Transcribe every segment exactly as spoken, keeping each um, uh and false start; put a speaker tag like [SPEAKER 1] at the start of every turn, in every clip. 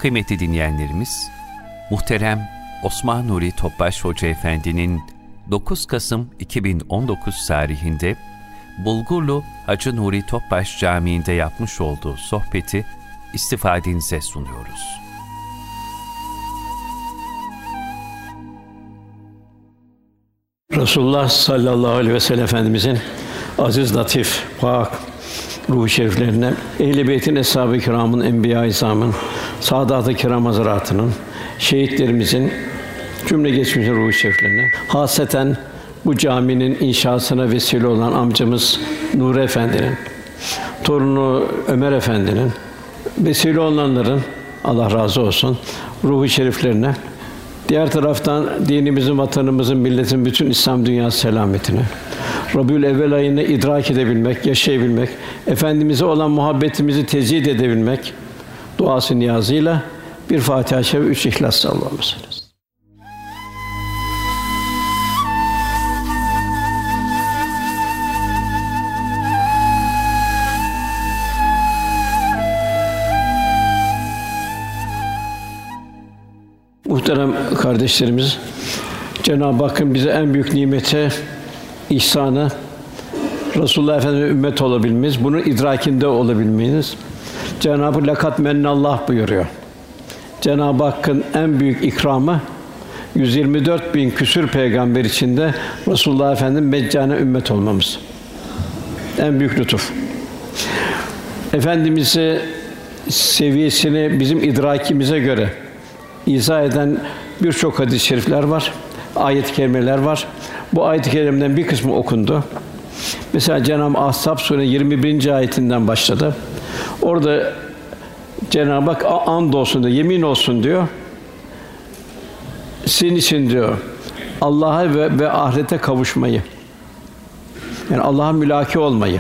[SPEAKER 1] Kıymetli dinleyenlerimiz, muhterem Osman Nuri Topbaş Hoca Efendi'nin dokuz Kasım iki bin on dokuz tarihinde Bulgurlu Hacı Nuri Topbaş Camii'nde yapmış olduğu sohbeti istifadenize sunuyoruz.
[SPEAKER 2] Resulullah sallallahu aleyhi ve sellem Efendimizin aziz, latif, pak ruh-u şeriflerine, Ehl-i Beyt'in, Eshab-ı Kirâm'ın, Enbiya-i İzâm'ın, Sâdât-ı Kirâm Hazretâtı'nın, şehitlerimizin, cümle geçmiş ruh-u şeriflerine, hasreten bu caminin inşasına vesile olan amcamız Nuri Efendi'nin, torunu Ömer Efendi'nin, vesile olanların Allah razı olsun ruh-u şeriflerine, diğer taraftan dinimizin, vatanımızın, milletin bütün İslam dünyası selametine, Rabiülevvel ayını idrak edebilmek, yaşayabilmek, Efendimiz'e olan muhabbetimizi teziyid edebilmek duası niyazıyla bir Fatiha-i Şerif, üç İhlas sallallahu aleyhi ve sellem. Muhterem kardeşlerimiz, Cenab-ı Hakk'ın bize en büyük nimeti, ihsanı, Resulullah Efendimiz'e ümmet olabilmemiz, bunun idrakinde olabilmeniz. Cenab-ı Hak "Lekad mennallah" buyuruyor. Cenab-ı Hakk'ın en büyük ikramı, yüz yirmi dört bin küsur peygamber içinde Resulullah Efendimiz meccane ümmet olmamız. En büyük lütuf. Efendimiz'i seviyesini bizim idrakimize göre izah eden birçok hadis-i şerifler var, ayet-i kerimeler var. Bu ayet-i kerimeden bir kısmı okundu. Mesela Cenab-ı Ahzab Sûresi yirmi birinci ayetinden başladı. Orada Cenab-ı Hak andolsun diyor, yemin olsun diyor. Senin için diyor Allah'a ve, ve ahirete kavuşmayı, yani Allah'a mülaki olmayı,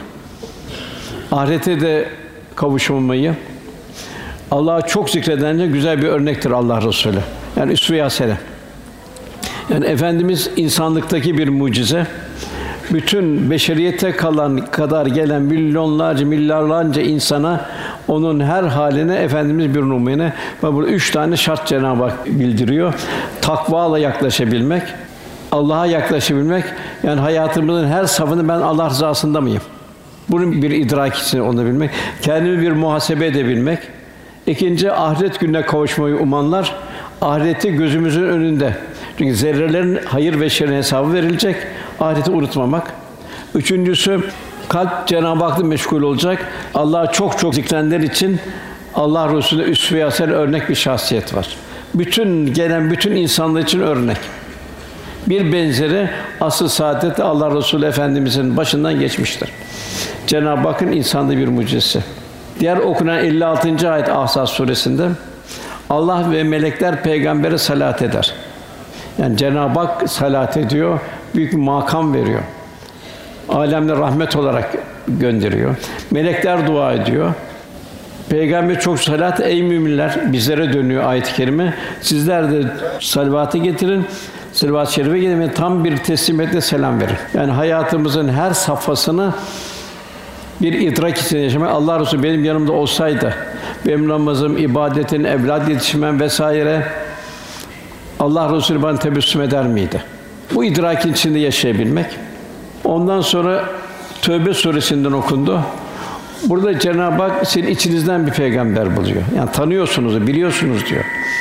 [SPEAKER 2] ahirete de kavuşmayı, Allah'ı çok zikredence güzel bir örnektir Allah Resulü. Yani üsve-i hasene. Yani Efendimiz insanlıktaki bir mucize. Bütün beşeriyete kalan kadar gelen milyonlarca, milyarlarca insana, onun her haline Efendimiz bir numune. Ve burada üç tane şart Cenab-ı Hak bildiriyor. Takvayla yaklaşabilmek, Allah'a yaklaşabilmek, yani hayatımızın her safhını ben Allah rızasında mıyım? Bunun bir idrakisini olabilmek, kendimi bir muhasebe edebilmek. İkinci, ahiret gününe kavuşmayı umanlar, ahireti gözümüzün önünde. Çünkü zerrelerin hayır ve şerrin hesabı verilecek, ahireti unutmamak. Üçüncüsü, kalp Cenab-ı Hak'la meşgul olacak. Allah'ı çok çok zikredenler için Allah Resulü'ne üsve-i hasene örnek bir şahsiyet var. Bütün gelen bütün insanlar için örnek. Bir benzeri asr-ı saadette Allah Resulü Efendimizin başından geçmiştir. Cenab-ı Hakk'ın insanda bir mucizesi. Diğer okunan elli altıncı ayet Ahzab Sûresinde Allah ve melekler peygambere salat eder. Yani Cenab-ı Hak salat ediyor, büyük bir makam veriyor. Âlemde rahmet olarak gönderiyor. Melekler dua ediyor. Peygamber çok salat, ey müminler, bizlere dönüyor ayet-i kerime. Sizler de salavatı getirin, salavat-ı şerife getirin ve tam bir teslimiyetle selam verin. Yani hayatımızın her safhasını bir idrak içinde yaşamak. Allah Resulü benim yanımda olsaydı, benim namazım, ibadetin, evlad yetişmem vesaire, Allah Resulü bana tebessüm eder miydi? Bu idrakin içinde yaşayabilmek. Ondan sonra Tövbe suresinden okundu. Burada Cenab-ı Hak sizin içinizden bir peygamber buluyor. Yani tanıyorsunuz, biliyorsunuz diyor.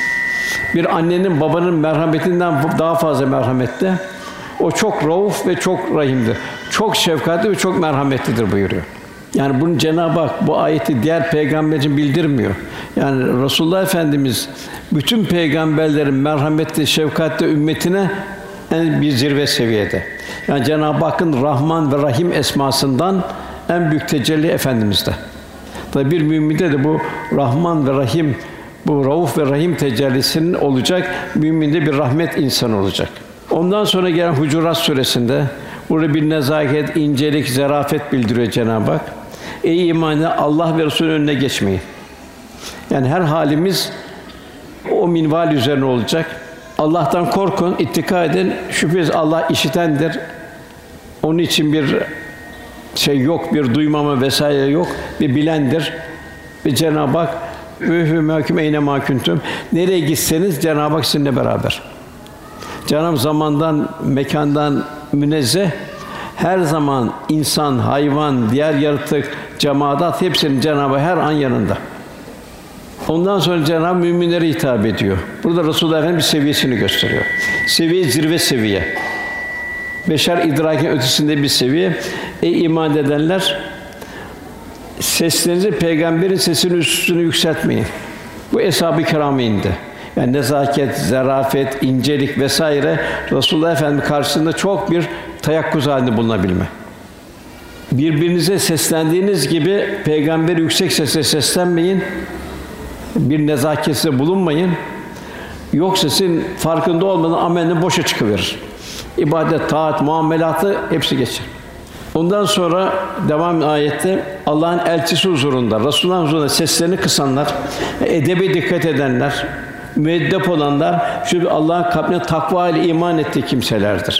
[SPEAKER 2] Bir annenin babanın merhametinden daha fazla merhametli. O çok rauf ve çok rahimdir. Çok şefkatli ve çok merhametlidir buyuruyor. Yani bunu Cenab-ı Hak bu ayeti diğer peygamber için bildirmiyor. Yani Resulullah Efendimiz bütün peygamberlerin merhametli, şefkatli ümmetine en bir zirve seviyede. Yani Cenab-ı Hakk'ın Rahman ve Rahim esmasından en büyük tecelli Efendimiz'de. Tabi bir müminde de bu Rahman ve Rahim, bu Rauf ve Rahim tecellisinin olacak, müminde bir rahmet insanı olacak. Ondan sonra gelen Hucurat Sûresinde burada bir nezaket, incelik, zarafet bildiriyor Cenab-ı Hak. Ey imanı, Allah ve Resulü'nün önüne geçmeyin. Yani her halimiz o minval üzerine olacak. Allah'tan korkun, ittika edin. Şüphesiz Allah işitendir. Onun için bir şey yok, bir duymama vesaire yok, bir bilendir. Ve Cenab-ı Hak Ve hü mâküm eyne mâ kuntum. Nereye gitseniz Cenab-ı Hak sizinle beraber. Cenab-ı Hak zamandan, mekandan münezzeh. Her zaman insan, hayvan, diğer yaratık, cemaat hepsinin Cenab-ı Hak her an yanında. Ondan sonra Cenab-ı Hak müminlere hitap ediyor. Burada Resulullah Efendimiz bir seviyesini gösteriyor. Seviye zirve seviye. Beşer idrakin ötesinde bir seviye. Ey iman edenler, seslerinizi peygamberin sesinin üstüne yükseltmeyin. Bu eshab-ı kirâma indi. Yani nezaket, zarafet, incelik vesaire Resulullah Efendimiz karşısında çok bir teyakkuz halinde bulunabilme. Birbirinize seslendiğiniz gibi peygamberi yüksek sesle seslenmeyin. Bir nezaketse bulunmayın. Yoksa sizin farkında olmadan ameliniz boşa çıkıverir. İbadet, taat, muamelatı hepsi geçer. Ondan sonra devam ayette Allah'ın elçisi huzurunda, Resulullah'ın huzurunda seslerini kısanlar, edebe dikkat edenler, müeddep olanlar, şu Allah'ın kalbine takva ile iman ettiği kimselerdir.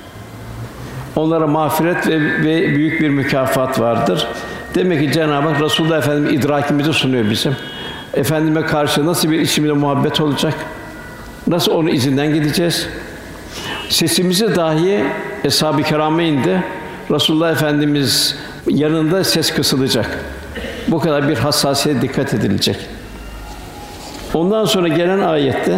[SPEAKER 2] Onlara mağfiret ve, ve büyük bir mükafat vardır. Demek ki Cenab-ı Hak Resulullah Efendimiz idrakimizi sunuyor bizim. Efendime karşı nasıl bir içimizde muhabbet olacak? Nasıl onun izinden gideceğiz? Sesimizi dahi eshab-ı kirâma indi. Resulullah Efendimiz yanında ses kısılacak. Bu kadar bir hassasiyete dikkat edilecek. Ondan sonra gelen ayette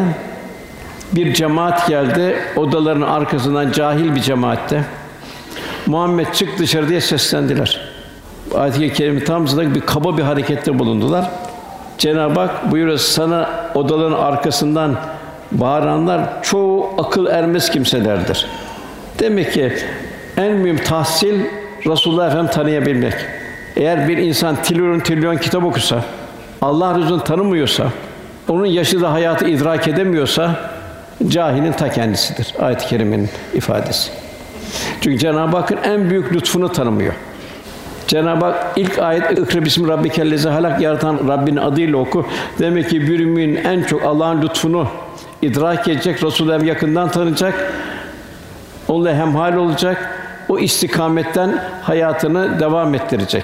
[SPEAKER 2] bir cemaat geldi, odalarının arkasından cahil bir cemaatte. Muhammed çık dışarı diye seslendiler. Ayet-i kerime tam zıddık bir kaba bir harekette bulundular. Cenab-ı Hak buyuruyor, sana odaların arkasından bağıranlar çoğu akıl ermez kimselerdir. Demek ki en mühim tahsil Resulullah Efendimiz tanıyabilmek. Eğer bir insan trilyon trilyon kitap okusa, Allah Resulü'nü tanımıyorsa, onun yaşadığı hayatı idrak edemiyorsa cahilin ta kendisidir. Ayet-i kerimenin ifadesi. Çünkü Cenab-ı Hakk'ın en büyük lütfunu tanımıyor. Cenab-ı Hak ilk ayet "İkra bismi rabbikellezî halak" yaratan Rabbinin adıyla oku. Demek ki bir mümin en çok Allah'ın lütfunu idrak edecek, Resulullah'ı yakından tanıyacak, onunla hemhal olacak, o istikametten hayatını devam ettirecek.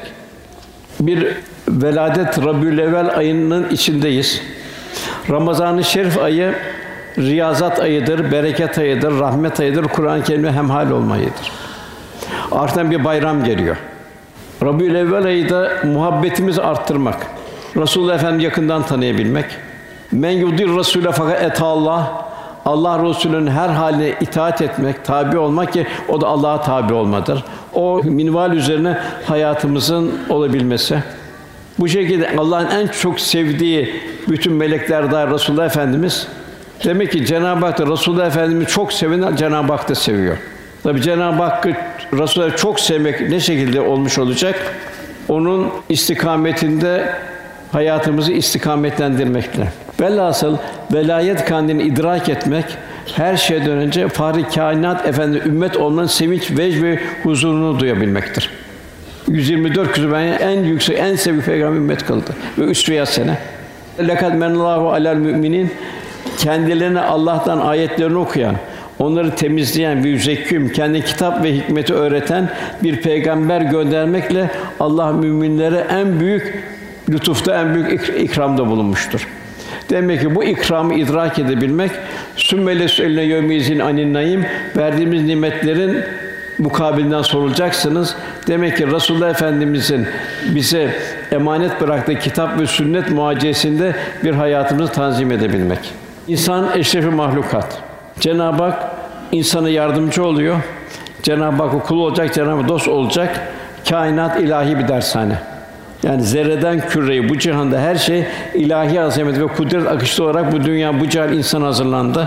[SPEAKER 2] Bir veladet Rabiülevvel ayının içindeyiz. Ramazan-ı Şerif ayı riyazat ayıdır, bereket ayıdır, rahmet ayıdır, Kur'an-ı Kerim'le hemhal olmayıdır. Ardından bir bayram geliyor. Rabiülevvel ayı da muhabbetimizi arttırmak, Resulullah Efendimizi yakından tanıyabilmek. Men yudir Rasûle fakat etâllâh. Allah Resulü'nün her haline itaat etmek, tabi olmak ki o da Allah'a tabi olmadır. O minval üzerine hayatımızın olabilmesi. Bu şekilde Allah'ın en çok sevdiği bütün melekler dâhil Resulullah Efendimiz. Demek ki Cenab-ı Hak da Resulullah Efendimizi çok seven Cenab-ı Hak da seviyor. Tabii Cenab-ı Hakk'ı Resulullah'ı çok sevmek ne şekilde olmuş olacak? Onun istikametinde hayatımızı istikametlendirmekle. Velhasıl velayet kandilini idrak etmek her şeyden önce Fâhr-ı Kâinat Efendimiz ümmet olmanın sevinç, vecd ve huzurunu duyabilmektir. yüz yirmi dört kütüphane en yüksek, en sevgili peygamber ümmet kıldı ve üsve-i hasene. Lekad menallahu alel müminin, kendilerine Allah'tan ayetlerini okuyan, onları temizleyen ve yüzekküm, kendi kitap ve hikmeti öğreten bir peygamber göndermekle Allah müminlere en büyük lütufta, en büyük ikramda bulunmuştur. Demek ki bu ikramı idrak edebilmek, sümmele eline yevmizin anin naim, verdiğimiz nimetlerin mukabilinden sorulacaksınız. Demek ki Resulullah Efendimizin bize emanet bıraktığı kitap ve sünnet muhacesinde bir hayatımızı tanzim edebilmek. İnsan eşrefi mahlukat. Cenab-ı Hak insana yardımcı oluyor. Cenab-ı Hakk'a kul olacak, Cenab-ı Hak dost olacak. Kainat ilahi bir dershane. Yani zerreden küreye, bu cihanda her şey ilahi azamet ve kudret akışı olarak bu dünya, bu cihan insan hazırlandı.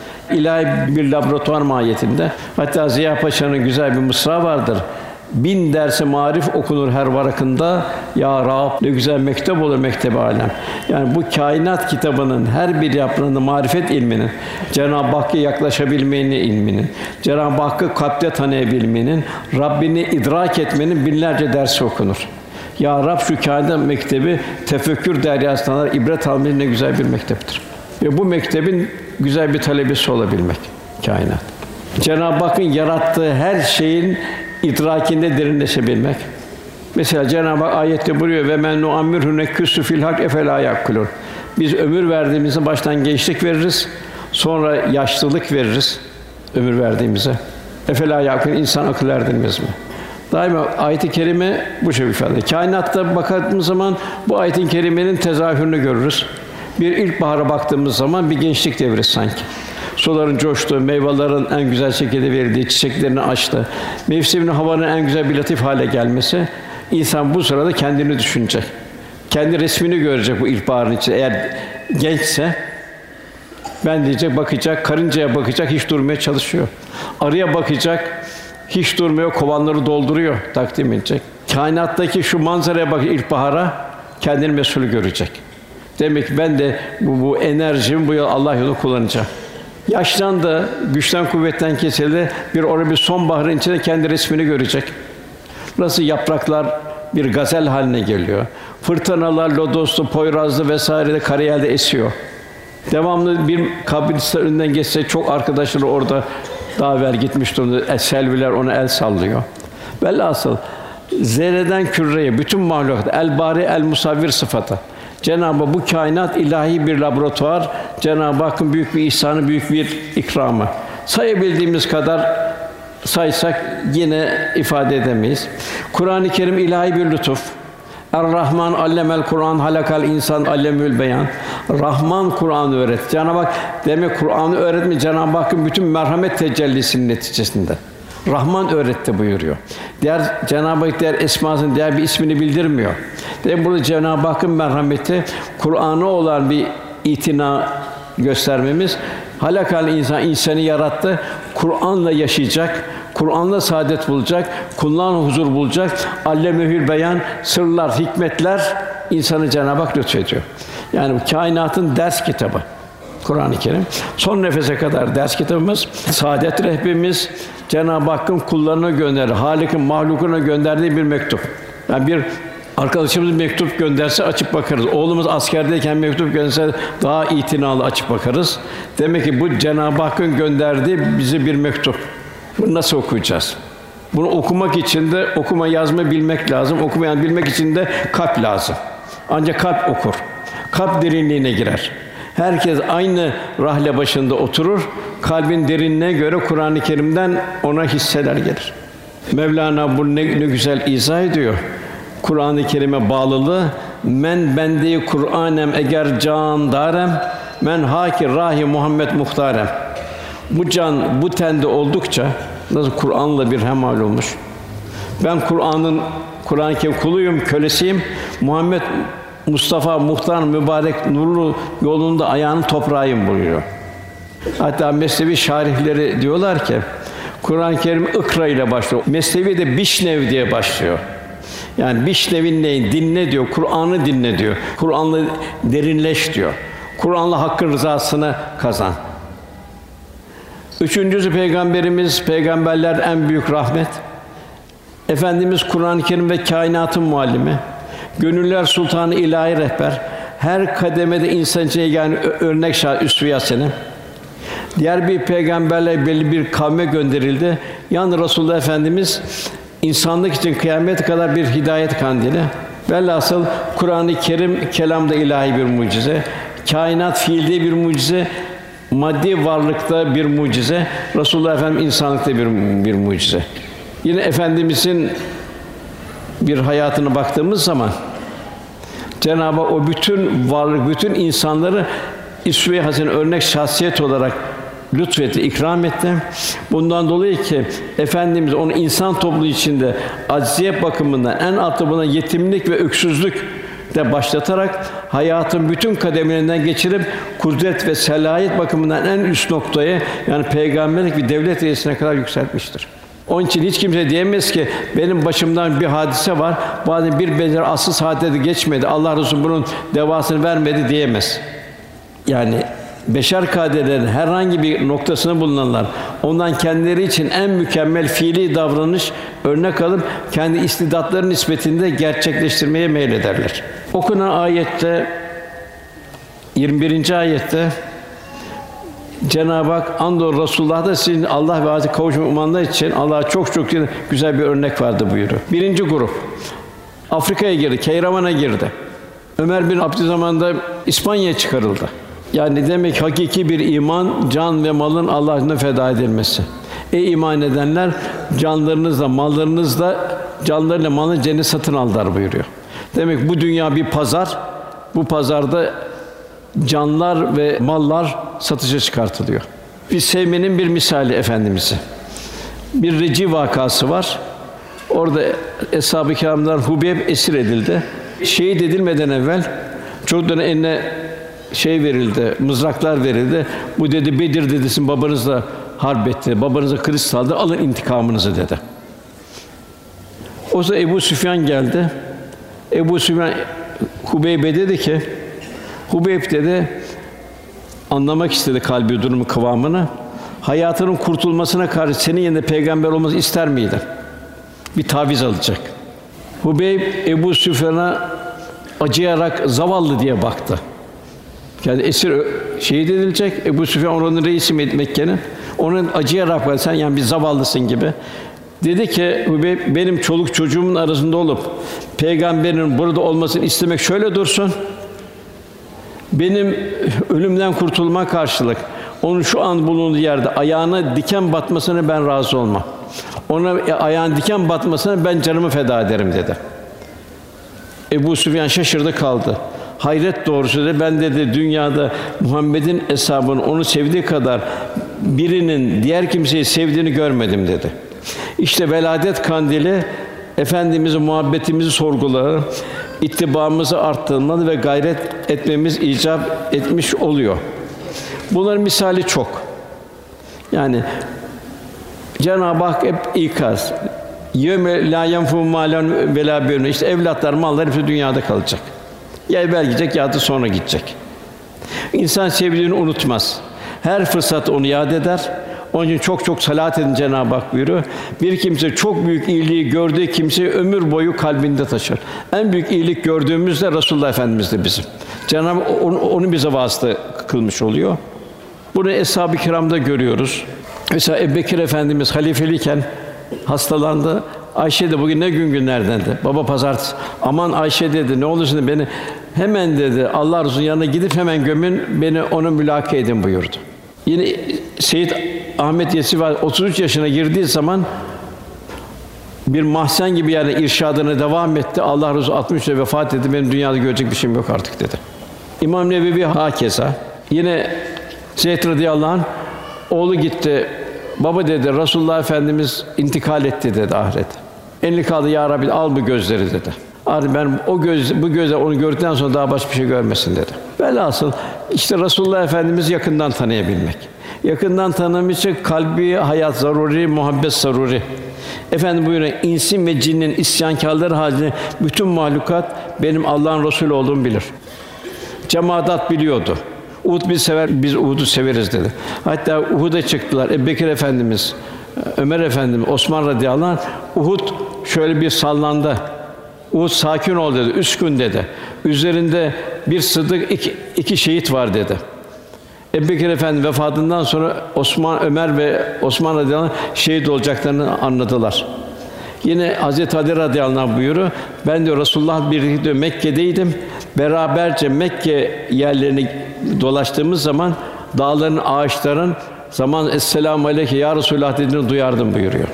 [SPEAKER 2] İlahi bir laboratuvar mahiyetinde. Hatta Ziya Paşa'nın güzel bir mısra vardır. Bin dersi marif okunur her varakında. Ya Rab, ne güzel mektep olur mektep-i alem. Yani bu kainat kitabının her bir yaprağında marifet ilminin, Cenab-ı Hakk'a yaklaşabilmenin ilminin, Cenab-ı Hakk'ı kalpte tanıyabilmenin, Rabbini idrak etmenin binlerce dersi okunur. Ya Rab, şu kainat mektebi tefekkür deryasından ibret almanın ne güzel bir mekteptir. Ve bu mektebin güzel bir talebesi olabilmek kainat. Cenab-ı Hakk'ın yarattığı her şeyin idrakinde derinleşebilmek. Mesela Cenab-ı Hak ayette buyuruyor ve men nuammirhu neküssü fil hak efela yakulun. Biz ömür verdiğimizde baştan gençlik veririz, sonra yaşlılık veririz ömür verdiğimize. Efela yakulun, insan akıl erdirmez mi? Daima ayet-i kerime bu şey ifade. Kainatta baktığımız zaman bu ayet-i kerimenin tezahürünü görürüz. Bir ilkbahara baktığımız zaman bir gençlik devri sanki. Suların coştuğu, meyvelerin en güzel şekilde verildiği, çiçeklerin açtığı, mevsiminin havanın en güzel bir latif hale gelmesi, insan bu sırada kendini düşünecek. Kendi resmini görecek bu ilkbaharın içinde. Eğer gençse, ben diyecek, bakacak, karıncaya bakacak, hiç durmaya çalışıyor. Arıya bakacak, hiç durmuyor, kovanları dolduruyor, takdim edecek. Kainattaki şu manzaraya bak, ilkbahara, kendini mesul görecek. Demek ki ben de bu, bu enerjimi bu yıl Allah yolunda kullanacağım. Yaşlandı, güçten kuvvetten kesildi, bir orada bir sonbaharın içinde kendi resmini görecek. Nasıl yapraklar bir gazel haline geliyor. Fırtınalar, lodoslu, poyrazlı vesaire de karayelde esiyor. Devamlı bir kabristan önünden geçse çok arkadaşları orada daha evvel gitmiş durumda. Selviler ona el sallıyor. Velhasıl zerreden küreye bütün mahlukat el bari el musavvir sıfatı. Cenab-ı Hak bu kainat ilahi bir laboratuvar. Cenab-ı Hakk'ın büyük bir ihsanı, büyük bir ikramı. Sayabildiğimiz kadar saysak yine ifade edemeyiz. Kur'an-ı Kerim ilahi bir lütuf. Er-Rahman allemel Kur'an halakal insan allemül beyan. Rahman Kur'an'ı öğret. Cenab-ı Hak demek Kur'an'ı öğretme Cenab-ı Hakk'ın bütün merhamet tecellisinin neticesinde. Rahman öğretti buyuruyor. Diğer Cenab-ı Hak diğer esmasının diğer bir ismini bildirmiyor. Demek burada Cenab-ı Hakk'ın merhameti Kur'an'a olan bir itina göstermemiz. Halakal insan insanı yarattı. Kur'an'la yaşayacak. Kur'an'la saadet bulacak, kullarla huzur bulacak. Allemehül beyan, sırlar, hikmetler insanı Cenab-ı Hak lütfediyor. Yani bu kainatın ders kitabı Kur'an-ı Kerim. Son nefese kadar ders kitabımız, saadet rehberimiz, Cenab-ı Hakk'ın kullarına gönder, Halık'ın mahlukuna gönderdiği bir mektup. Yani bir arkadaşımız mektup gönderse açıp bakarız. Oğlumuz askerdeyken mektup gönderse daha itinalı açıp bakarız. Demek ki bu Cenab-ı Hakk'ın gönderdiği bize bir mektup. Bunu nasıl okuyacağız? Bunu okumak için de okuma yazma bilmek lazım. Okumayan bilmek için de kalp lazım. Ancak kalp okur. Kalp derinliğine girer. Herkes aynı rahle başında oturur. Kalbin derinliğine göre Kur'an-ı Kerim'den ona hisseler gelir. Mevlana bunu ne, ne güzel izah ediyor. Kur'an-ı Kerim'e bağlılığı men bendeyi Kur'anem eger can darem men haki rahi Muhammed muhtarem. Bu can bu tende oldukça nasıl Kur'an'la bir hemhal olmuş. Ben Kur'an'ın Kur'an-ı Kerim kuluyum, kölesiyim. Muhammed Mustafa muhtar mübarek nurlu yolunda ayağının toprağıyım buyuruyor. Hatta Mesnevi şarihleri diyorlar ki Kur'an-ı Kerim ikra ile başlıyor. Mesnevi de bişnev diye başlıyor. Yani bişnevin neyin? Dinle diyor. Kur'an'ı dinle diyor. Kur'an'la derinleş diyor. Kur'an'la Hakk'ın rızasını kazan. Üçüncüsü Peygamberimiz, peygamberler en büyük rahmet. Efendimiz Kur'an-ı Kerim ve kainatın muallimi. Gönüller sultanı ilahi rehber. Her kademede insan için yani örnek şah üsve-i hasene. Diğer bir peygamberler belli bir kavme gönderildi. Yani Resulullah Efendimiz insanlık için kıyamet kadar bir hidayet kandili. Velhasıl Kur'an-ı Kerim kelamda ilahi bir mucize. Kainat fiilde bir mucize. Maddi varlıkta bir mucize, Resulullah Efendimiz insanlıkta bir bir mucize. Yine Efendimizin bir hayatına baktığımız zaman Cenab-ı Hak o bütün varlık, bütün insanları üsve-i hasene örnek şahsiyet olarak lütfetti, ikram etti. Bundan dolayı ki Efendimiz onu insan topluluğu içinde acziyet bakımından en altına yetimlik ve öksüzlük de başlatarak hayatın bütün kademelerinden geçirip kudret ve selahiyet bakımından en üst noktaya yani peygamberlik bir devlet reisine kadar yükseltmiştir. Onun için hiç kimse diyemez ki benim başımdan bir hadise var, bu hadise bir benzer asıl saadeti geçmedi, Allah Resulü bunun devasını vermedi diyemez. Yani beşer kaderlerin herhangi bir noktasında bulunanlar ondan kendileri için en mükemmel fiili davranış örnek alıp kendi istidatları nispetinde gerçekleştirmeye meylederler. Okunan ayette yirmi birinci ayette Cenab-ı Hak andolsun Resulullah da sizin Allah ve Hazreti kavuşma umanlar için Allah'a çok çok güzel bir örnek vardı buyuruyor. Birinci grup Afrika'ya girdi, Keyravan'a girdi. Ömer bin Abdülaziz İspanya'ya çıkarıldı. Yani demek hakiki bir iman, can ve malın Allah adına feda edilmesi. Ey iman edenler, canlarınızla, mallarınızla, canlarıyla malını cennet satın aldılar buyuruyor. Demek bu dünya bir pazar, bu pazarda canlar ve mallar satışa çıkartılıyor. Bir sevmenin bir misali Efendimiz'i. Bir Reci vakası var. Orada Eshab-ı Kiram'dan Hubeyb esir edildi. Şehit edilmeden evvel çocukların eline şey verildi, mızraklar verildi. Bu dedi Bedir dedi sizin babanızla harp etti, babanıza kılıç saldı, alın intikamınızı dedi. O zaman Ebu Süfyan geldi. Ebu Süfyan Hubeyb'e dedi ki, Hubeyb dedi, anlamak istedi kalbi durumu kıvamını. Hayatının kurtulmasına karşı senin yerine peygamber olması ister miydin? Bir taviz alacak. Hubeyb Ebu Süfyan'a acıyarak zavallı diye baktı. Yani esir şehit edilecek. Ebu Süfyan oranın reisi Mekke'nin. Onun acıyarak baktı. Sen yani bir zavallısın gibi. Dedi ki Hubeyb benim çoluk çocuğumun arasında olup peygamberin burada olmasını istemek şöyle dursun. Benim ölümden kurtulma karşılık onun şu an bulunduğu yerde ayağına diken batmasına ben razı olmam. Ona ayağına diken batmasına ben canımı feda ederim dedi. Ebu Süfyan şaşırdı kaldı. Hayret doğrusu dedi. Ben dedi dünyada Muhammed'in eshabını onu sevdiği kadar birinin diğer kimseyi sevdiğini görmedim dedi. İşte veladet kandili Efendimiz'in muhabbetimizi sorgular, ittibamızı arttırmalı ve gayret etmemiz icap etmiş oluyor. Bunların misali çok. Yani Cenab-ı Hak hep ikaz. Yevme lâ yenfû mâlun ve lâ benûn. İşte evlatlar, mallar hepsi dünyada kalacak. Ya evvel gidecek ya da sonra gidecek. İnsan sevdiğini unutmaz. Her fırsat onu yad eder. Onun için çok çok salat edin Cenab-ı Hak buyuruyor. Bir kimse çok büyük iyiliği gördüğü kimseyi ömür boyu kalbinde taşır. En büyük iyilik gördüğümüzde Resulullah Efendimiz'dir bizim. Cenab-ı Hak onu, onu bize vasıta kılmış oluyor. Bunu Eshab-ı Kiram'da görüyoruz. Mesela Ebubekir Efendimiz halifeliyken hastalandı. Ayşe de bugün ne gün günlerdendi. Baba pazartesi. Aman Ayşe dedi ne olursun beni hemen dedi Allah Resulü'nün yanına gidip hemen gömün beni ona mülaka edin buyurdu. Yine Seyyid Ahmet Yesivi otuz üç yaşına girdiği zaman bir mahzen gibi yani irşadına devam etti. Allah Resulü altmış üçte vefat etti. Benim dünyada görecek bir şeyim yok artık dedi. İmam Nevevi hakeza. Yine Zeyd radıyallahu anh oğlu gitti. Baba dedi Resulullah Efendimiz intikal etti dedi ahirete. Elini kaldı ya Rabbi al bu gözleri dedi. Abi ben o göz bu gözle onu gördükten sonra daha başka bir şey görmesin dedi. Velhasıl işte Resulullah Efendimiz yakından tanıyabilmek. Yakından tanımak için kalbi hayat zaruri, muhabbet zaruri. Efendim buyuruyor insin ve cinnin isyankârları halinde bütün mahlukat benim Allah'ın Resulü olduğumu bilir. Cemaat biliyordu. Uhud biz sever, biz Uhud'u severiz dedi. Hatta Uhud'a çıktılar. Ebubekir Efendimiz, Ömer Efendimiz, Osman radıyallahu anh, Uhud şöyle bir sallandı. Uhud sakin ol dedi, üskün dedi. Üzerinde bir sıddık, iki, iki şehit var dedi. Ebubekir Efendi vefatından sonra Osman, Ömer ve Osman radıyallahu anh şehit olacaklarını anladılar. Yine Hazreti Ali radıyallahu anh buyuruyor. Ben diyor Resulullah birlikte Mekke'deydim. Beraberce Mekke yerlerini dolaştığımız zaman dağların, ağaçların zaman "Esselamu aleyke ya Resulullah" dediğini duyardım buyuruyor.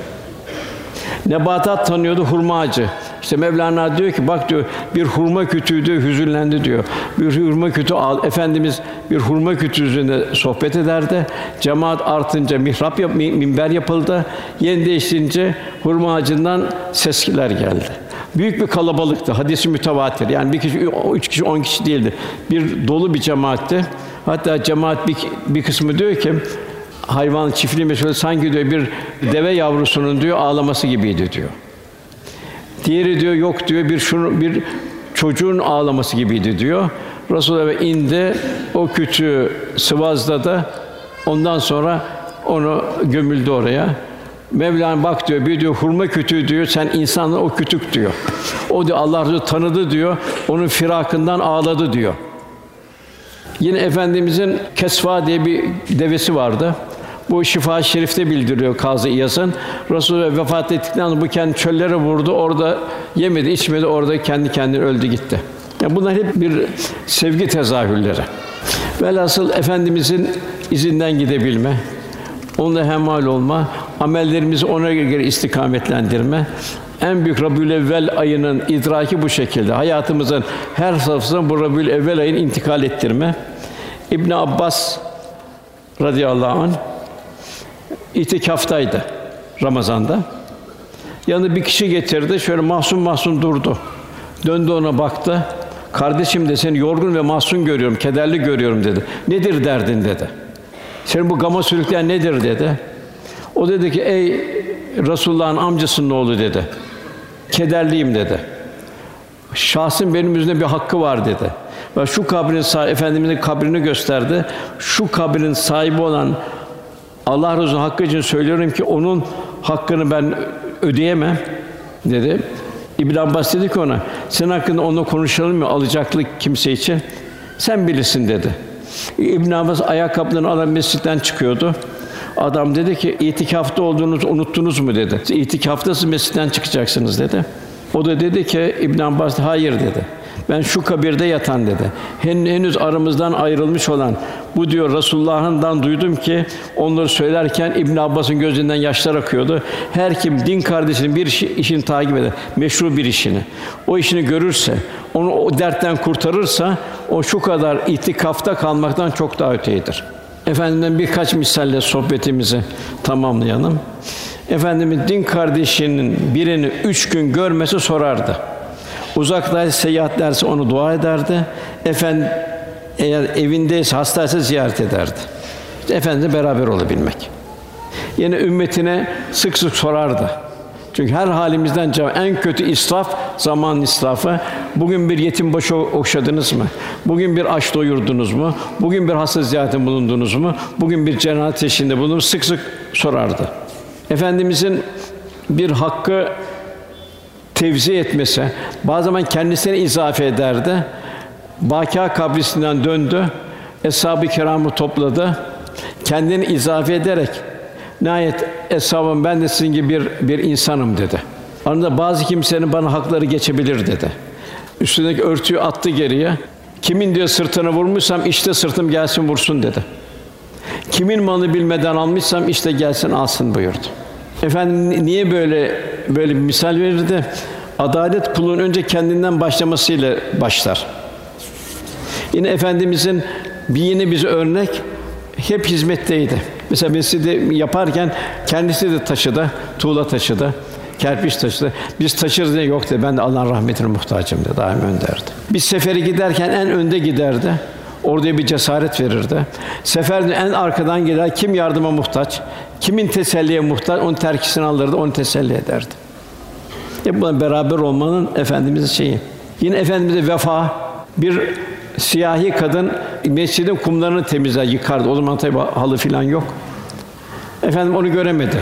[SPEAKER 2] Nebatat tanıyordu, hurma ağacı. İşte Mevlana diyor ki bak diyor bir hurma kütüğü hüzünlendi diyor. Bir hurma kütüğü al. Efendimiz bir hurma kütüğü üzerinde sohbet ederdi. Cemaat artınca mihrap yap, minber yapıldı. Yeni değiştirince hurma ağacından sesler geldi. Büyük bir kalabalıktı. Hadis-i mütevatir. Yani bir kişi, üç kişi, on kişi değildi. Bir dolu bir cemaatti. Hatta cemaat bir, bir kısmı diyor ki hayvan çiftliği meşhur sanki diyor bir deve yavrusunun diyor ağlaması gibiydi diyor. Diğeri diyor yok diyor bir şunu bir çocuğun ağlaması gibiydi diyor. Resulullah indi o kütüğü sıvazladı. Ondan sonra onu gömüldü oraya. Mevlana bak diyor bir diyor hurma kütüğü diyor sen insanın o kütük diyor. O diyor Allah Resulü tanıdı diyor. Onun firakından ağladı diyor. Yine Efendimizin Kesva diye bir devesi vardı. Bu Şifa-i Şerif'te bildiriyor Kazı İyaz'ın. Resulullah vefat ettikten sonra bu kendi çöllere vurdu. Orada yemedi, içmedi. Orada kendi kendine öldü gitti. Yani bunlar hep bir sevgi tezahürleri. Velhasıl Efendimizin izinden gidebilme, onunla hemhal olma, amellerimizi ona göre istikametlendirme. En büyük Rabiülevvel ayının idraki bu şekilde. Hayatımızın her safhasına bu Rabiülevvel ayını intikal ettirme. İbn Abbas radıyallahu anh itikaftaydı Ramazan'da. Yanına bir kişi getirdi, şöyle mahzun mahzun durdu. Döndü ona baktı. Kardeşim de seni yorgun ve mahzun görüyorum, kederli görüyorum dedi. Nedir derdin dedi. Senin bu gama sürükleyen nedir dedi. O dedi ki ey Resulullah'ın amcasının oğlu dedi. Kederliyim dedi. Şahsın benim üzerinde bir hakkı var dedi. Ve şu kabrin sahibi, Efendimiz'in kabrini gösterdi. Şu kabrin sahibi olan Allah Resulü hakkı için söylüyorum ki onun hakkını ben ödeyemem dedi. İbn Abbas dedi ki ona, senin hakkında onunla konuşalım mı alacaklık kimse için? Sen bilirsin dedi. İbn Abbas ayakkabılarını alıp mescitten çıkıyordu. Adam dedi ki, itikafta olduğunuzu unuttunuz mu dedi. İtikaftasınız, mescitten çıkacaksınız dedi. O da dedi ki, İbn Abbas hayır dedi. Ben şu kabirde yatan dedi. Henüz aramızdan ayrılmış olan bu diyor Resulullah'ından duydum ki onları söylerken İbn Abbas'ın gözünden yaşlar akıyordu. Her kim din kardeşinin bir işi, işini takip eder, meşru bir işini, o işini görürse, onu o dertten kurtarırsa o şu kadar itikafta kalmaktan çok daha öteyidir. Efendimiz'den birkaç misalle sohbetimizi tamamlayalım. Efendimiz din kardeşinin birini üç gün görmesi sorardı. Uzaktaysa, seyahatlerse onu dua ederdi. Efendim eğer evindeyse, hastaysa ziyaret ederdi. İşte Efendimizle beraber olabilmek. Yine ümmetine sık sık sorardı. Çünkü her halimizden cevap, en kötü israf, zaman israfı. Bugün bir yetim başı okşadınız mı? Bugün bir aç doyurdunuz mu? Bugün bir hasta ziyaretinde bulundunuz mu? Bugün bir cenaze teşhirinde bulundunuz mu? Sık sık sorardı. Efendimizin bir hakkı tevzi etmesi, bazı zaman kendisine izafe ederdi. Bâkîa kabrisinden döndü, eshab-ı kiramı topladı, kendini izafe ederek, nihayet eshabım ben de sizin gibi bir bir insanım dedi. Aranızda bazı kimsenin bana hakları geçebilir dedi. Üstündeki örtüyü attı geriye. Kimin diyor sırtına vurmuşsam işte sırtım gelsin vursun dedi. Kimin malını bilmeden almışsam işte gelsin alsın buyurdu. Efendim niye böyle böyle bir misal verirdi? Adalet kulun önce kendinden başlamasıyla başlar. Yine Efendimizin bir yine bize örnek hep hizmetteydi. Mesela mescidi yaparken kendisi de taşıdı, tuğla taşıdı, kerpiç taşıdı. Biz taşırız diye yok dedi. Ben de Allah'ın rahmetine muhtacım dedi. Daim önderdi. Biz sefere giderken en önde giderdi. Orada bir cesaret verirdi. Seferde en arkadan gider, kim yardıma muhtaç, kimin teselliye muhtaç, onun terkisini alırdı, onu teselli ederdi. Hep bununla beraber olmanın Efendimiz'in şeyi. Yine Efendimiz'e vefa, bir siyahi kadın mescidin kumlarını temizler, yıkardı. O zaman tabii halı filan yok. Efendim onu göremedi.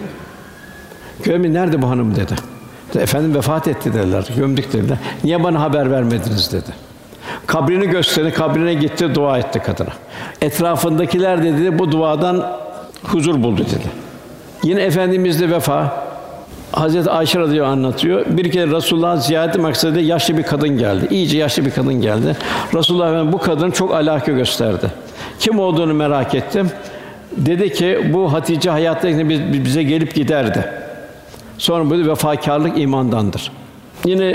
[SPEAKER 2] Göremedi, nerede bu hanım dedi. Efendim vefat etti dediler, gömdük dediler. Niye bana haber vermediniz dedi. Kabrini gösterdi, kabrine gitti, dua etti kadına. Etrafındakiler de dedi, bu duadan huzur buldu dedi. Yine Efendimiz'de vefa, Hazreti Ayşe radıyallahu anh anlatıyor. Bir kere Resulullah'ın ziyareti maksadıyla yaşlı bir kadın geldi. İyice yaşlı bir kadın geldi. Resulullah Efendimiz bu kadın çok alaka gösterdi. Kim olduğunu merak ettim. Dedi ki bu Hatice hayattayken bize gelip giderdi. Sonra bu vefakârlık imandandır. Yine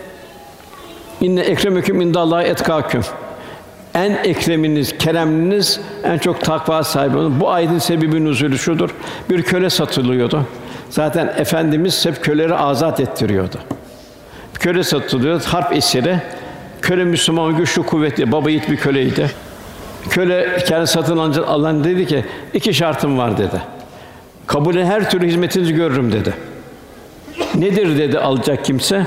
[SPEAKER 2] İnne ekremeküm indallahi etkâküm. En ekreminiz, keremliniz, en çok takva sahibi olun. Bu ayetin sebebi nüzulü şudur. Bir köle satılıyordu. Zaten Efendimiz hep köleleri azat ettiriyordu. Köle satılıyordu, harp esiri. Köle Müslüman, güçlü, kuvvetli, baba yiğit bir köleydi. Köle kendi satın alınca alan dedi ki, iki şartım var dedi. Kabul eden her türlü hizmetinizi görürüm dedi. Nedir dedi alacak kimse?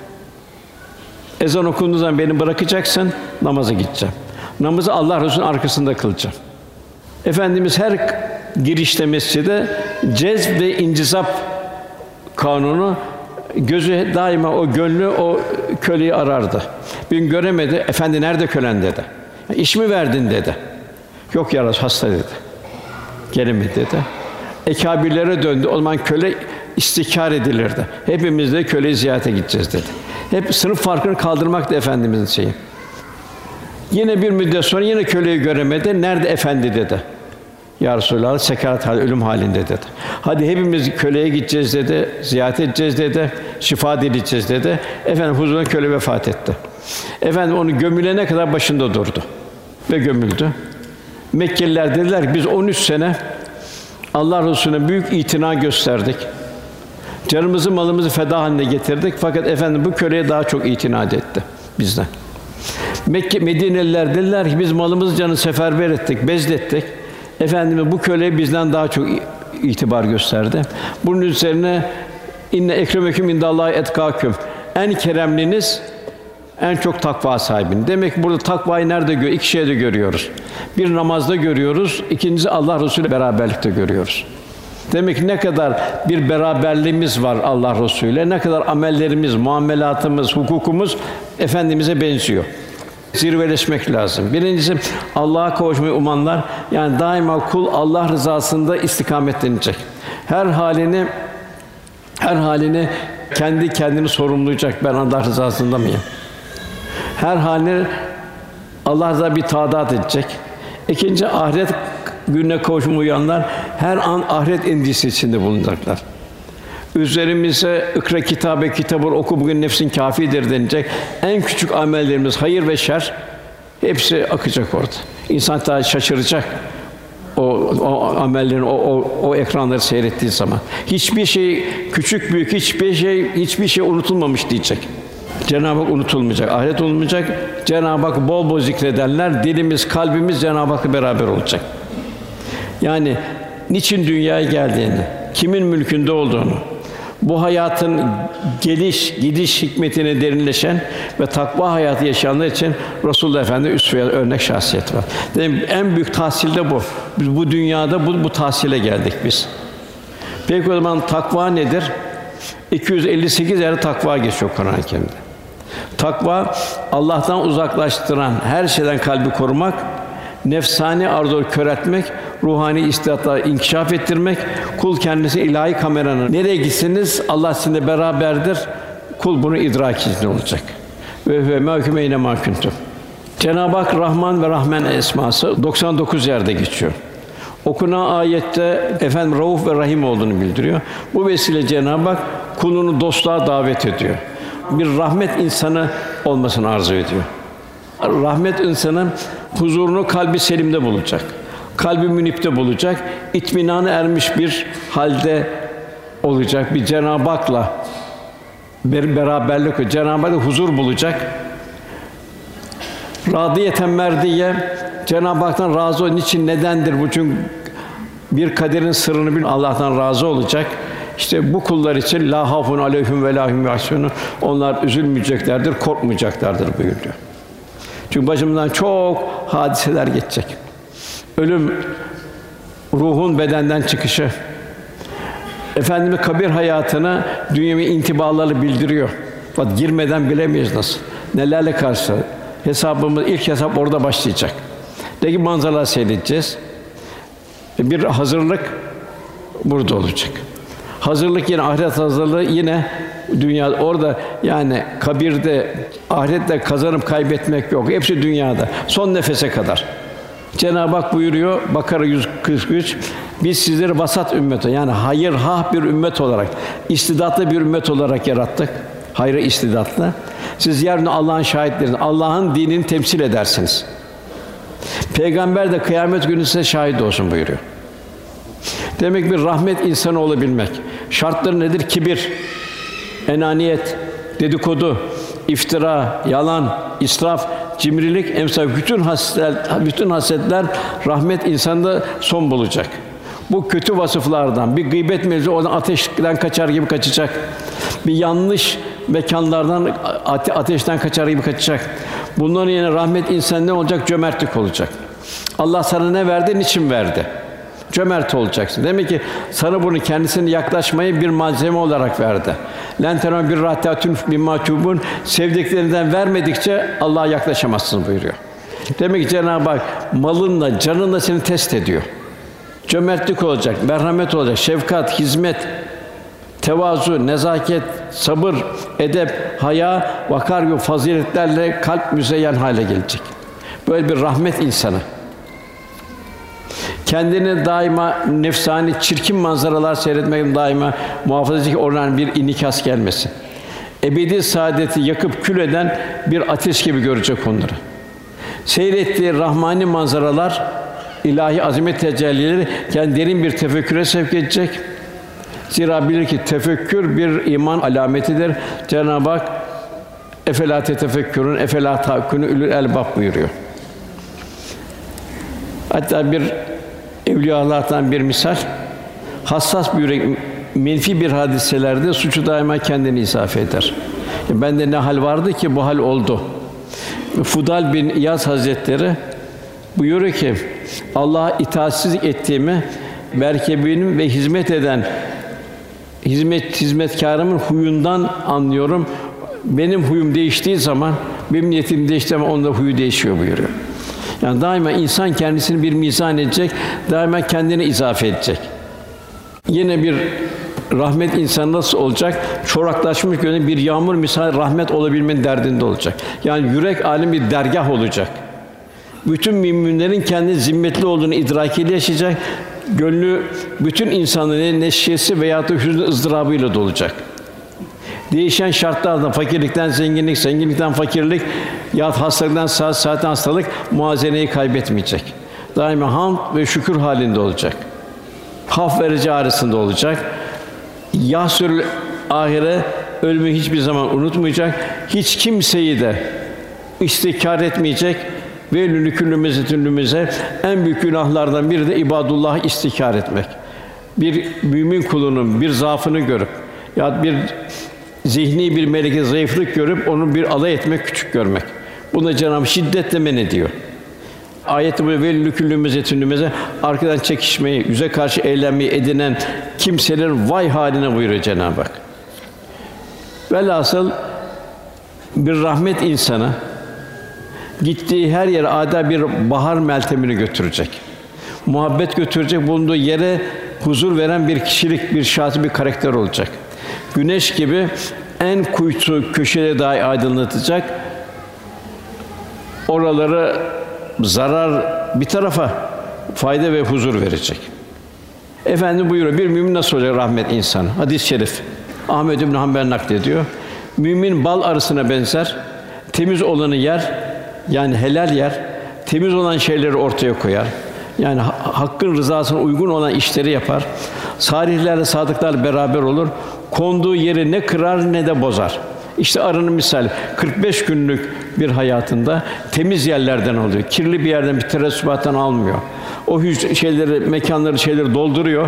[SPEAKER 2] Ezan okunduğu zaman beni bırakacaksın, namaza gideceğim. Namazı Allah Resulü'nün arkasında kılacağım. Efendimiz her girişte mescide cezb ve incizap kanunu, gözü daima o gönlü o köleyi arardı. Bir gün göremedi, efendi nerede kölen dedi. İş mi verdin dedi. Yok ya Resulallah, hasta dedi. gelemedi dedi. Ekâbirlere döndü. O zaman köle istikâr edilirdi. Hepimiz de köleyi ziyarete gideceğiz dedi. Hep sınıf farkını kaldırmak da Efendimiz'in şeyi. Yine bir müddet sonra yine köleyi göremedi. Nerede efendi dedi. Ya Resulallah, sekarat hali, ölüm halinde dedi. Hadi hepimiz köleye gideceğiz dedi, ziyaret edeceğiz dedi, şifa dileyeceğiz dedi. Efendim huzuruna köle vefat etti. Efendim onu gömülene kadar başında durdu ve gömüldü. Mekkeliler dediler ki biz on üç sene Allah Resulüne büyük itina gösterdik. Canımızı malımızı feda haline getirdik fakat efendim bu köleye daha çok itina etti bizden. Mekke Medineliler dediler ki biz malımızı canı seferber ettik, bezlettik. Efendimiz bu köleye bizden daha çok itibar gösterdi. Bunun üzerine inne ekremeküm indallahi etkâküm. En keremliniz en çok takva sahibiniz. Demek ki burada takvayı nerede görüyoruz? İki şeyde görüyoruz. Bir namazda görüyoruz, ikincisi Allah Resulü beraberlikte görüyoruz. Demek ki ne kadar bir beraberliğimiz var Allah Resulü'yle, ne kadar amellerimiz, muamelatımız, hukukumuz Efendimiz'e benziyor. Zirveleşmek lazım. Birincisi Allah'a kavuşmayı umanlar, yani daima kul Allah rızasında istikametlenecek. Her halini her halini kendi kendini sorumlayacak. Ben Allah rızasında mıyım? Her halini Allah rızasında bir taadat edecek. İkinci ahiret gününe kavuşmayı uyanlar her an ahiret endişesi içinde bulunacaklar. Üzerimize ikra kitabe kitabı oku bugün nefsin kâfidir denilecek. En küçük amellerimiz hayır ve şer hepsi akacak orada. İnsan daha şaşıracak o, o amellerin o, o, o ekranları seyrettiği zaman. Hiçbir şey küçük büyük hiçbir şey hiçbir şey unutulmamış diyecek. Cenab-ı Hak unutulmayacak, ahiret olmayacak. Cenab-ı Hak bol bol zikredenler, dilimiz, kalbimiz Cenab-ı Hak'la beraber olacak. Yani niçin dünyaya geldiğini, kimin mülkünde olduğunu, bu hayatın geliş, gidiş hikmetine derinleşen ve takva hayatı yaşayanlar için Resulullah Efendimiz üsve örnek şahsiyet var. Dedim, en büyük tahsil de bu. Biz bu dünyada bu, bu tahsile geldik biz. Peki o zaman takva nedir? iki yüz elli sekiz yerde takva geçiyor Kur'an-ı Kerim'de. Takva Allah'tan uzaklaştıran her şeyden kalbi korumak, nefsani arzuları köreltmek, ruhani istidatları inkişaf ettirmek, kul kendisi ilahi kameranın nereye gitseniz Allah sizinle beraberdir. Kul bunu idrak içinde olacak. Ve ve mahkum eyne mahkuntum. Cenab-ı Hak Rahman ve Rahmen esması doksan dokuz yerde geçiyor. Okunan ayette efendim Rauf ve Rahim olduğunu bildiriyor. Bu vesile Cenab-ı Hak kulunu dostluğa davet ediyor. Bir rahmet insanı olmasını arzu ediyor. Rahmet insanın huzurunu kalbi selimde bulacak. Kalbi münipte bulacak. İtminana ermiş bir halde olacak. Bir Cenab-ı Hak'la bir beraberlik, Cenab-ı Hak'la huzur bulacak. Radiyeten merdiye, Cenab-ı Hak'tan razı olan için nedendir bu? Çünkü bir kaderin sırrını bil, Allah'tan razı olacak. İşte bu kullar için la hafun aleyhim ve la hum yahzunun. Onlar üzülmeyeceklerdir, korkmayacaklardır buyuruyor. Çünkü başımızdan çok hadiseler geçecek. Ölüm, ruhun bedenden çıkışı. Efendimiz kabir hayatına dünyevi intibalarla bildiriyor. Bak girmeden bilemeyiz nasıl. Nelerle karşı. Hesabımız ilk hesap orada başlayacak. Peki manzaralar seyredeceğiz. Bir hazırlık burada olacak. Hazırlık yine ahiret hazırlığı yine dünya orada yani kabirde ahirette kazanıp kaybetmek yok. Hepsi dünyada. Son nefese kadar. Cenab-ı Hak buyuruyor Bakara yüz kırk üç biz sizleri vasat ümmet yani hayır hah bir ümmet olarak istidatlı bir ümmet olarak yarattık. Hayra istidatlı. Siz yeryüzünde Allah'ın şahitleriniz. Allah'ın dinini temsil edersiniz. Peygamber de kıyamet günü size şahit olsun buyuruyor. Demek bir rahmet insanı olabilmek. Şartları nedir? Kibir, enaniyet, dedikodu, iftira, yalan, israf, cimrilik, emsal bütün hasletler, bütün hasletler rahmet insanda son bulacak. Bu kötü vasıflardan bir gıybet mevzu oradan ateşten kaçar gibi kaçacak. Bir yanlış mekanlardan ate- ateşten kaçar gibi kaçacak. Bunların yerine rahmet insan ne olacak? Cömertlik olacak. Allah sana ne verdi? Niçin verdi? Cömert olacaksın. Demek ki sana bunu kendisine yaklaşmayı bir malzeme olarak verdi. Len tenâ bir rahtatun mimma tubun sevdiklerinden vermedikçe Allah'a yaklaşamazsın buyuruyor. Demek ki Cenab-ı Hak malınla, canınla seni test ediyor. Cömertlik olacak, merhamet olacak, şefkat, hizmet, tevazu, nezaket, sabır, edep, haya, vakar gibi faziletlerle kalp müzeyyen hale gelecek. Böyle bir rahmet insanı. Kendini daima nefsani, çirkin manzaralar seyretmekten daima muhafaza edecek olan bir inikas gelmesin. Ebedi saadeti yakıp kül eden bir ateş gibi görecek onları. Seyrettiği rahmani manzaralar, ilahi azamet tecellileri kendi derin bir tefekküre sevk edecek. Zira bilir ki tefekkür bir iman alametidir. Cenab-ı Hak "Efelâ tetefekkürûn, efelâ ta'kûnû ulul elbâb" buyuruyor. Hatta bir evliyaullah'tan bir misal, hassas bir yürek menfi bir hadiselerde suçu daima kendini isafe eder. Bende ne hal vardı ki bu hal oldu. Fudal bin İyaz Hazretleri buyuruyor ki, Allah'a itaatsizlik ettiğimi, merkebimin ve hizmet eden hizmet hizmetkârımın huyundan anlıyorum. Benim huyum değiştiği zaman, benim niyetim değiştiği zaman onun da huyu değişiyor buyuruyor. Yani daima insan kendisini bir mizan edecek, daima kendini izafe edecek. Yine bir rahmet insanı nasıl olacak? Çoraklaşmış gönül bir yağmur misal rahmet olabilmenin derdinde olacak. Yani yürek âlim bir dergâh olacak. Bütün müminlerin kendi zimmetli olduğunu idrakiyle yaşayacak. Gönlü bütün insanların neşesi veya da hüznü ızdırabıyla dolacak. Değişen şartlarda fakirlikten zenginlik, zenginlikten fakirlik ya hastalıktan saat saatten hastalık muazeneyi kaybetmeyecek. Daima hamd ve şükür halinde olacak. Haf verici arasında olacak. Yahsül ahire ölümü hiçbir zaman unutmayacak. Hiç kimseyi de istikrar etmeyecek. Ve lülüküllümüze tüllümüze en büyük günahlardan biri de ibadullah istikrar etmek. Bir mümin kulunun bir zaafını görüp ya bir zihni bir meleke zayıflık görüp onu bir alay etmek, küçük görmek. Buna Cenab-ı Hak şiddetle men ediyor. Ayet-i bu ve lülüküllümüze tüllümüze arkadan çekişmeyi, yüze karşı eğlenmeyi edinen kimselerin vay haline buyuruyor Cenab-ı Hak. Velhasıl bir rahmet insanı gittiği her yere adeta bir bahar meltemini götürecek. Muhabbet götürecek, bulunduğu yere huzur veren bir kişilik, bir şahsi bir karakter olacak. Güneş gibi en kuytu köşeleri dahi aydınlatacak. Oraları zarar bir tarafa, fayda ve huzur verecek. Efendim buyuruyor, bir mümin nasıl olacak rahmet insanı? Hadis-i şerif. Ahmed İbn Hanbel naklediyor. Mümin bal arısına benzer, temiz olanı yer, yani helal yer, temiz olan şeyleri ortaya koyar. Yani hakkın rızasına uygun olan işleri yapar. Salihlerle, sadıklarla beraber olur. Konduğu yeri ne kırar ne de bozar. İşte arının misali kırk beş günlük bir hayatında temiz yerlerden alıyor. Kirli bir yerden, bir teresubattan almıyor. O hüc- şeyleri, mekanları, şeyleri dolduruyor.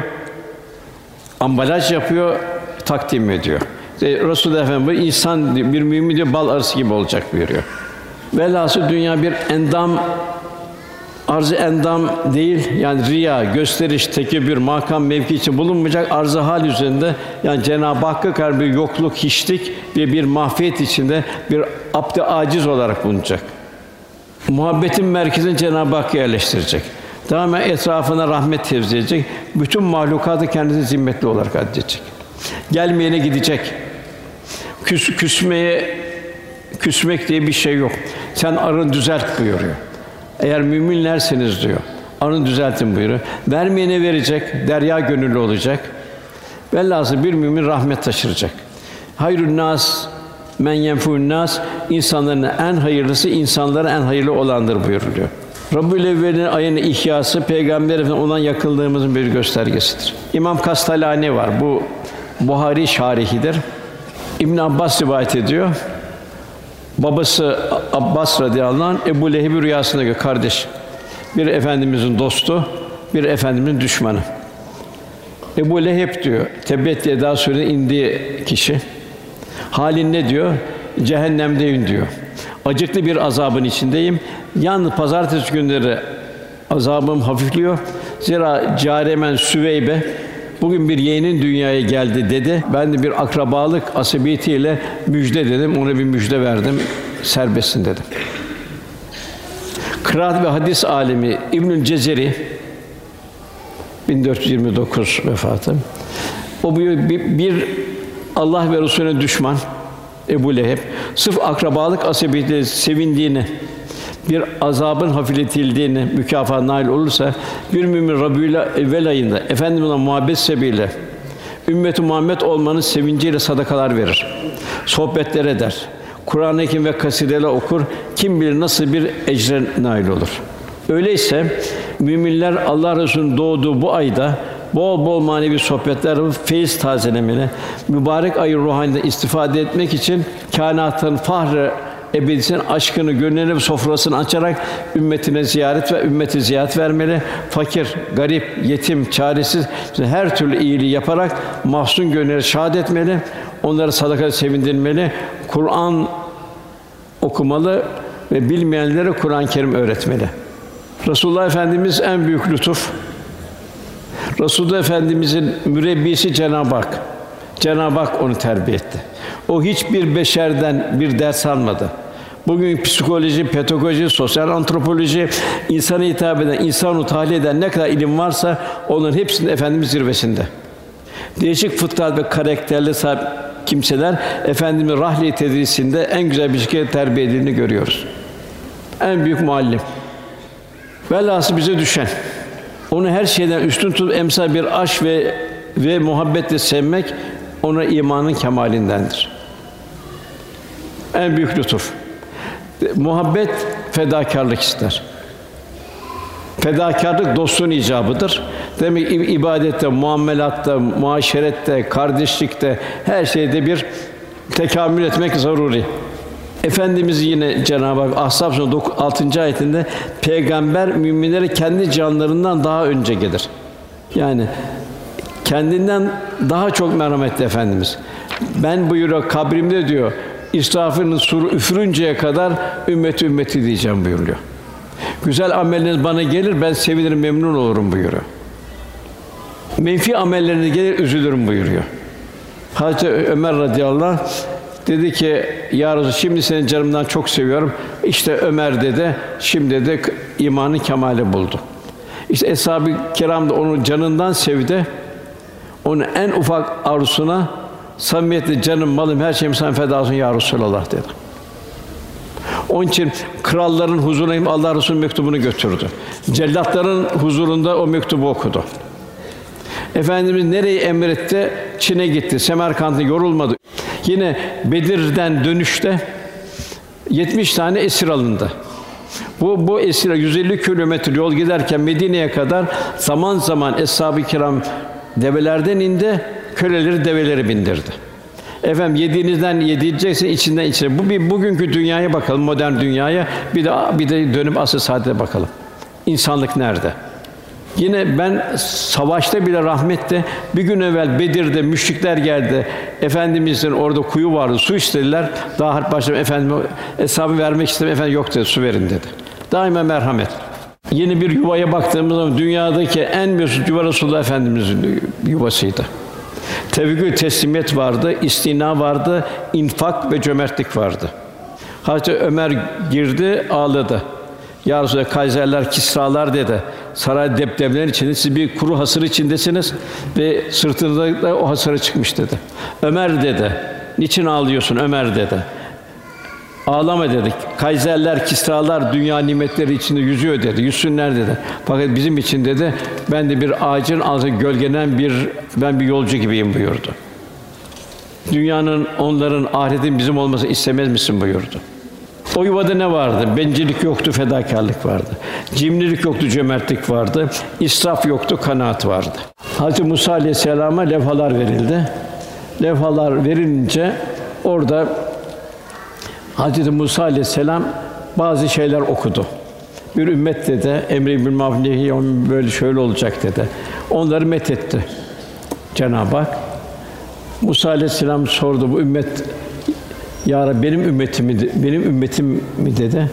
[SPEAKER 2] Ambalaj yapıyor, takdim ediyor. İşte Resulullah Efendimiz insan bir mümin diyor bal arısı gibi olacak buyuruyor. Velhasıl dünya bir endam, arz-ı endam değil, yani riya, gösteriş, tekebbür, makam, mevki için bulunmayacak, arz-ı hal üzerinde, yani Cenab-ı Hakk'a karşı bir yokluk, hiçlik ve bir mahfiyet içinde bir abd-i aciz olarak bulunacak. Muhabbetin merkezini Cenab-ı Hak yerleştirecek. Tamamen etrafına rahmet tevzi edecek. Bütün mahlukatı kendisine zimmetli olarak addedecek. Gelmeyene gidecek. Küs, küsmeye Küsmek diye bir şey yok. Sen arını düzelt buyuruyor. Eğer müminlerseniz diyor, arını düzeltin buyuruyor. Vermeyene verecek, derya gönüllü olacak. Velhâsıl bir mümin rahmet taşıracak. Hayrun nâs men yenfûn nâs, insanların en hayırlısı insanlara en hayırlı olandır buyuruluyor. Rabbül Evvel'in ayının ihyası Peygamber Efendimiz'e olan yakınlığımızın bir göstergesidir. İmam Kastalani var. Bu Buhari şarihidir. İbn Abbas rivayet ediyor. Babası Abbas radıyallahu anh Ebu Leheb'i rüyasında görüyor, kardeş. Bir efendimizin dostu, bir efendimizin düşmanı. Ebu Leheb diyor, Tebbet Yeda Sûresi'nin indiği kişi. Halin ne diyor? Cehennemdeyim diyor. Acıklı bir azabın içindeyim. Yalnız pazartesi günleri azabım hafifliyor. Zira Câremen Süveybe bugün bir yeğenin dünyaya geldi dedi. Ben de bir akrabalık asabiyetiyle müjde dedim. Ona bir müjde verdim. Serbestsin dedim. Kıraat ve hadis alemi İbnül Cezeri bin dört yüz yirmi dokuz vefatı. O bir, bir Allah ve Resulüne düşman Ebu Leheb, sırf akrabalık asabiyetiyle sevindiğini, bir azabın hafifletildiğini, mükafat nail olursa, bir mümin Rabiül Evvel ayında Efendimiz'e muhabbet sebebiyle ümmet-i Muhammed olmanın sevinciyle sadakalar verir, sohbetler eder, Kur'an-ı Kerim ve kasideler okur, kim bilir nasıl bir ecre nail olur. Öyleyse müminler Allah Resulü'nün doğduğu bu ayda bol bol manevi sohbetler ve feyiz tazelemeli, mübarek ayın ruhaninden istifade etmek için kainatın fahrı ebedisinin aşkını, gönlünü ve sofrasını açarak ümmetine ziyaret ve ümmeti ziyaret vermeli. Fakir, garip, yetim, çaresiz her türlü iyiliği yaparak mahzun gönülleri şad etmeli. Onları sadaka sevindirmeli. Kur'an okumalı ve bilmeyenlere Kur'an-ı Kerim öğretmeli. Resulullah Efendimiz en büyük lütuf. Resulullah Efendimizin mürebbisi Cenab-ı Hak. Cenab-ı Hak onu terbiye etti. O hiçbir beşerden bir ders almadı. Bugün psikoloji, pedagoji, sosyal antropoloji, insana hitap eden, insanı tahliye eden ne kadar ilim varsa onların hepsinin Efendimiz zirvesinde. Değişik fıtrat ve karakterli sahip kimseler Efendimiz'in rahle-i tedrisinde en güzel bir şekilde terbiye edildiğini görüyoruz. En büyük muallim. Velhâsıl bize düşen, onu her şeyden üstün tutup emsal bir aşk ve ve muhabbetle sevmek, ona imanın kemalindendir. En büyük lütuf. Muhabbet fedakârlık ister. Fedakârlık dostluğun icabıdır. Demek ki ibadette, muamelatta, muaşerette, kardeşlikte, her şeyde bir tekamül etmek zaruri. Efendimiz yine Cenab-ı Hak Ahzab Suresi altıncı ayetinde peygamber müminleri kendi canlarından daha önce gelir. Yani kendinden daha çok merhametli Efendimiz. Ben buyuruyor kabrimde diyor İsrafil'in suru üfürünceye kadar ümmeti ümmeti diyeceğim buyuruyor. Güzel amelleriniz bana gelir, ben sevinirim, memnun olurum buyuruyor. Menfi amelleriniz gelir, üzülürüm buyuruyor. Hazreti Ömer radıyallahu anh dedi ki, ya Resulallah, şimdi seni canımdan çok seviyorum. İşte Ömer dedi, şimdi de imanın kemali buldu. İşte Eshab-ı Kiram da onu canından sevdi. Onun en ufak arzusuna samimiyetle canım, malım, her şeyim sana feda olsun ya Resulallah dedi. Onun için kralların huzuruna Allah Resulü'nün mektubunu götürdü. Cellatların huzurunda o mektubu okudu. Efendimiz nereyi emretti? Çin'e gitti. Semerkant'ta yorulmadı. Yine Bedir'den dönüşte yetmiş tane esir alındı. Bu bu esirler yüz elli kilometre yol giderken Medine'ye kadar zaman zaman Eshab-ı Kiram develerden indi, köleleri develeri bindirdi. Efendim yediğinizden yedireceksin, içinden içine. Bu bir bugünkü dünyaya bakalım, modern dünyaya. Bir de bir de dönüp asr-ı saadete bakalım. İnsanlık nerede? Yine ben savaşta bile rahmette bir gün evvel Bedir'de müşrikler geldi. Efendimizin orada kuyu vardı, su istediler. Daha harp başladı. Efendim hesabı vermek istedim. Efendim yok dedi, su verin dedi. Daima merhamet. Yeni bir yuvaya baktığımız zaman dünyadaki en mesut yuva Resulullah Efendimizin yuvasıydı. Tevkül, teslimiyet vardı, istina vardı, infak ve cömertlik vardı. Hazreti Ömer girdi, ağladı. Ya Resulallah, Kayserler, Kisralar dedi. Saray depdebelerin içinde, siz bir kuru hasır içindesiniz ve sırtınızda da o hasırı çıkmış dedi. Ömer dedi, niçin ağlıyorsun Ömer dedi. Ağlama dedik. Kayserler, Kisralar dünya nimetleri içinde yüzüyor dedi. Yüzsünler dedi. Fakat bizim için dedi, ben de bir ağacın altında gölgelenen bir ben bir yolcu gibiyim buyurdu. Dünyanın, onların, ahiretin bizim olmasını istemez misin buyurdu. O yuvada ne vardı? Bencillik yoktu, fedakârlık vardı. Cimrilik yoktu, cömertlik vardı. İsraf yoktu, kanaat vardı. Hazreti Musa Aleyhisselam'a levhalar verildi. Levhalar verilince orada Hazreti Musa Aleyhisselam bazı şeyler okudu. Bir ümmet dedi, emri bil maruf nehy böyle şöyle olacak dedi. Onları methetti Cenab-ı Hak. Musa Aleyhisselam sordu, bu ümmet ya Rabbi benim ümmetim mi, benim ümmetim mi dedi.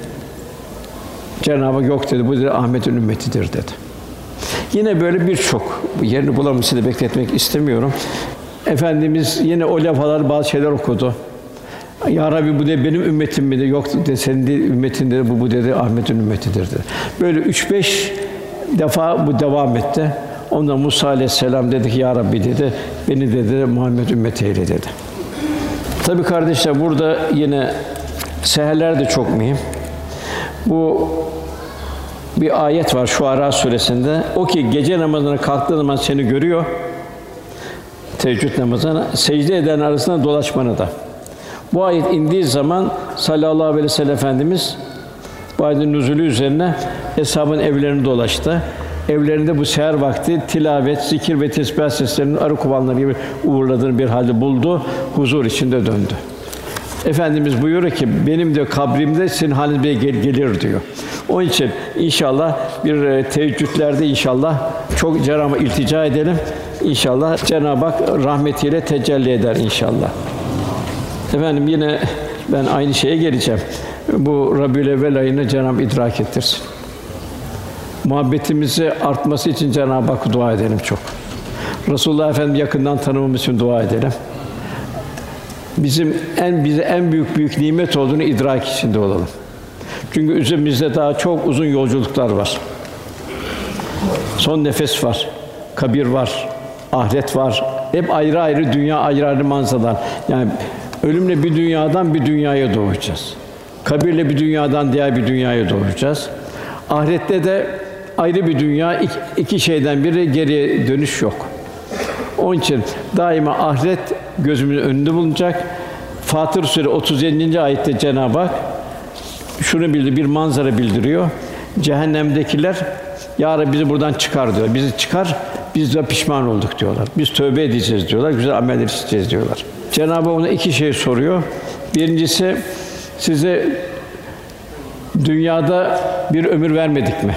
[SPEAKER 2] Cenab-ı Hak yok dedi, bu dedi Ahmet'in ümmetidir dedi. Yine böyle birçok, yerini bulamayınca da bekletmek istemiyorum. Efendimiz yine o levhalar bazı şeyler okudu. Ya Rabbi bu dedi benim ümmetim mi dedi, yok dedi senin de ümmetin dedi, bu bu dedi Ahmet'in ümmetidir dedi. Böyle üç beş defa bu devam etti. Ondan Musa aleyhisselam dedi ki, Ya Rabbi dedi, beni dedi Muhammed ümmeti eyle dedi. Tabii kardeşler, burada yine seherler de çok mühim. Bu bir ayet var Şuara suresinde. O ki gece namazına kalktığı zaman seni görüyor. Teheccüd namazına, secde eden arasında dolaşmanı da. Bu ayet indiği zaman sallallahu aleyhi ve sellem Efendimiz bu ayetin nüzulü üzerine eshabın evlerini dolaştı. Evlerinde bu seher vakti tilavet, zikir ve tesbih seslerinin arı kovanları gibi uğurladığını bir halde buldu. Huzur içinde döndü. Efendimiz buyuruyor ki, benim diyor kabrimde sizin haliniz bir gel- gelir diyor. Onun için inşallah bir e, teheccüdlerde inşallah çok Cenab-ı iltica edelim. İnşallah Cenab-ı Hak rahmetiyle tecelli eder inşallah. Efendim yine ben aynı şeye geleceğim. Bu Rabiülevvel ayını Cenab-ı idrak ettirsin. Muhabbetimizi artması için Cenab-ı Hakk'a dua edelim çok. Resulullah Efendimiz yakından tanımamız için dua edelim. Bizim en bize en büyük büyük nimet olduğunu idrak içinde olalım. Çünkü üzerimizde daha çok uzun yolculuklar var. Son nefes var, kabir var, ahiret var. Hep ayrı ayrı dünya, ayrı ayrı manzaralar. Yani ölümle bir dünyadan bir dünyaya doğacağız. Kabirle bir dünyadan diğer bir dünyaya doğacağız. Ahirette de ayrı bir dünya, iki, iki şeyden biri, geriye dönüş yok. Onun için daima ahiret gözümüzün önünde bulunacak. Fatır Sûresi otuz yedinci ayette Cenab-ı Hak şunu bildi, bir manzara bildiriyor. Cehennemdekiler, Ya Rabbi bizi buradan çıkar diyor. Bizi çıkar, biz de pişman olduk diyorlar. Biz tövbe edeceğiz diyorlar. Güzel ameller işleyeceğiz diyorlar. Cenab-ı Hak ona iki şey soruyor. Birincisi, size dünyada bir ömür vermedik mi?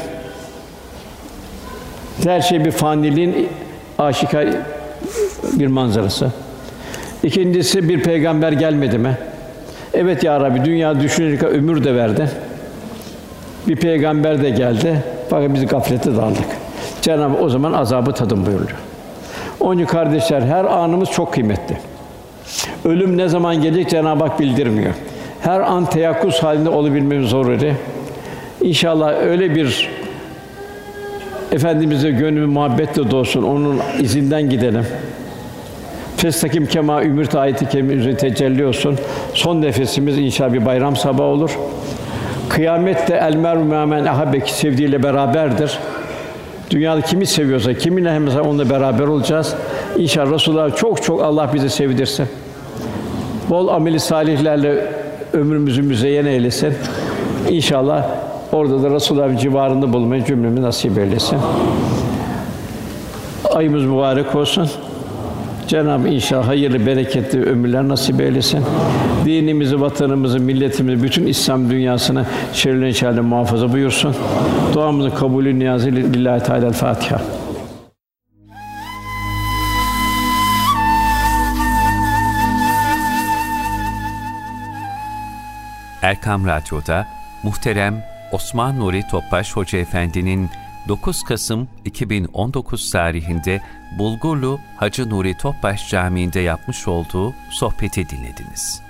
[SPEAKER 2] Her şey bir faniliğin aşikar bir manzarası. İkincisi, bir peygamber gelmedi mi? Evet ya Rabbi, dünya düşünecek ömür de verdi. Bir peygamber de geldi. Fakat biz gaflete daldık. Cenab-ı Hak o zaman azabı tadın buyuruyor. Onun için kardeşler, her anımız çok kıymetli. Ölüm ne zaman gelecek Cenab-ı Hak bildirmiyor. Her an teyakkuz halinde olabilmemiz zoruri. İnşallah öyle bir Efendimiz'e gönlümüz muhabbetle dolsun, onun izinden gidelim. Festakim kema ümürt ayeti kerime üzerine tecelli olsun. Son nefesimiz inşallah bir bayram sabahı olur. Kıyamette el meru men ahabbeki sevdiğiyle beraberdir. Dünyada kimi seviyorsa, kiminle hem mesela onunla beraber olacağız. İnşallah Resulullah çok çok Allah bizi sevdirsin. Bol ameli salihlerle ömrümüzü müzeyyen eylesin. İnşallah orada da Resulullah'ın civarında bulunmayı cümlemize nasip eylesin. Ayımız mübarek olsun. Cenab-ı inşallah hayırlı, bereketli ömürler nasip eylesin. Dinimizi, vatanımızı, milletimizi, bütün İslam dünyasını şerrinden inşallah muhafaza buyursun. Duamızın kabulü niyazı lillahi teâlâ. Fatiha.
[SPEAKER 1] Erkam Radyo'da muhterem Osman Nuri Topbaş Hoca Efendi'nin dokuz Kasım iki bin on dokuz tarihinde Bulgurlu Hacı Nuri Topbaş Camii'nde yapmış olduğu sohbeti dinlediniz.